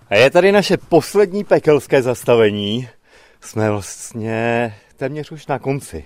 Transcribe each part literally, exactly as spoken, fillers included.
A je tady naše poslední pekelské zastavení. Jsme vlastně téměř už na konci.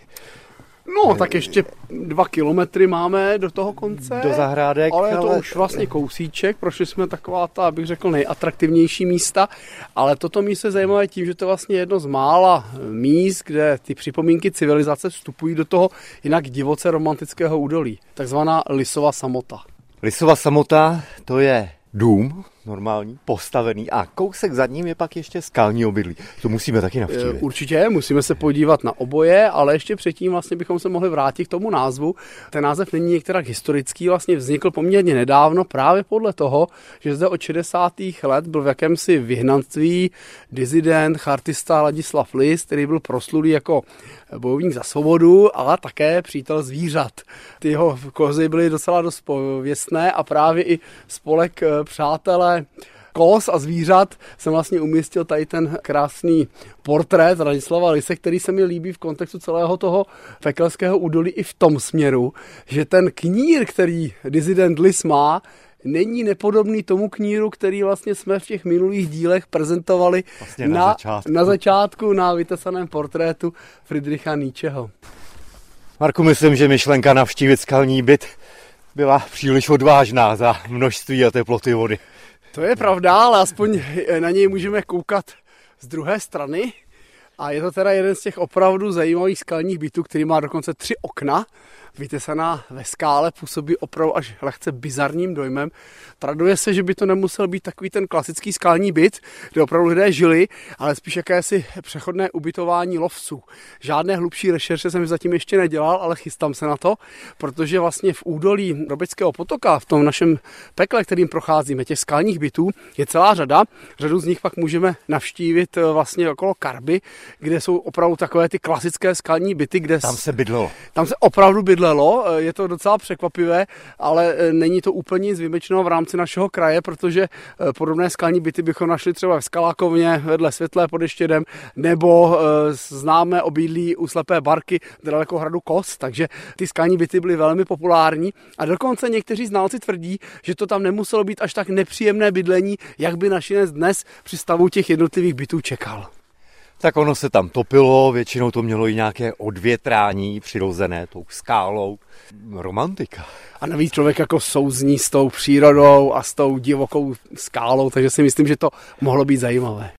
No, tak ještě dva kilometry máme do toho konce. Do zahrádek. Ale je to ale... už vlastně kousíček. Prošli jsme taková ta, abych řekl, nejatraktivnější místa. Ale toto místo je zajímavé tím, že to je vlastně jedno z mála míst, kde ty připomínky civilizace vstupují do toho jinak divoce romantického údolí. Takzvaná Lisova samota. Lisova samota, to je dům normální, postavený a kousek za ním je pak ještě skalní obydlí. To musíme taky navštívit. Určitě, musíme se podívat na oboje, ale ještě předtím vlastně bychom se mohli vrátit k tomu názvu. Ten název není některak historický, vlastně vznikl poměrně nedávno právě podle toho, že zde od šedesátých let byl v jakémsi vyhnanství dizident, chartista Ladislav Lis, který byl proslulý jako bojovník za svobodu, ale také přítel zvířat. Ty jeho kozy byly docela dost pověstné a právě i spolek přátelé kos a zvířat jsem vlastně umístil tady ten krásný portrét Ladislava Lise, který se mi líbí v kontextu celého toho pekelského údolí i v tom směru, že ten knír, který dizident Lis má, není nepodobný tomu kníru, který vlastně jsme v těch minulých dílech prezentovali vlastně na, na, začátku. na začátku na vytesaném portrétu Friedricha Nietzscheho. Marku, myslím, že myšlenka navštívit skalní byt byla příliš odvážná za množství a teploty vody. To je pravda, ale aspoň na něj můžeme koukat z druhé strany. A je to teda jeden z těch opravdu zajímavých skalních bytů, který má dokonce tři okna. Vytesaná ve skále, působí opravdu až lehce bizarním dojmem. Traduje se, že by to nemusel být takový ten klasický skalní byt, kde opravdu lidé žili, ale spíš jakési přechodné ubytování lovců. Žádné hlubší rešerše jsem zatím ještě nedělal, ale chystám se na to, protože vlastně v údolí Robeckého potoka, v tom našem pekle, kterým procházíme, těch skalních bytů, je celá řada. Řadu z nich pak můžeme navštívit vlastně okolo Karby, kde jsou opravdu takové ty klasické skalní byty, kde tam se bydlelo. Tam se opravdu bydlelo. Je to docela překvapivé, ale není to úplně nic výjimečného v rámci našeho kraje, protože podobné skalní byty bychom našli třeba v Skalákovně vedle Světlé pod Ještědem, nebo známé obydlí u Slepé Barky daleko hradu Kos, takže ty skalní byty byly velmi populární a dokonce někteří znalci tvrdí, že to tam nemuselo být až tak nepříjemné bydlení, jak by našinec dnes při stavu těch jednotlivých bytů čekal. Tak ono se tam topilo, většinou to mělo i nějaké odvětrání přirozené tou skálou. Romantika. A navíc člověk jako souzní s tou přírodou a s tou divokou skálou, takže si myslím, že to mohlo být zajímavé.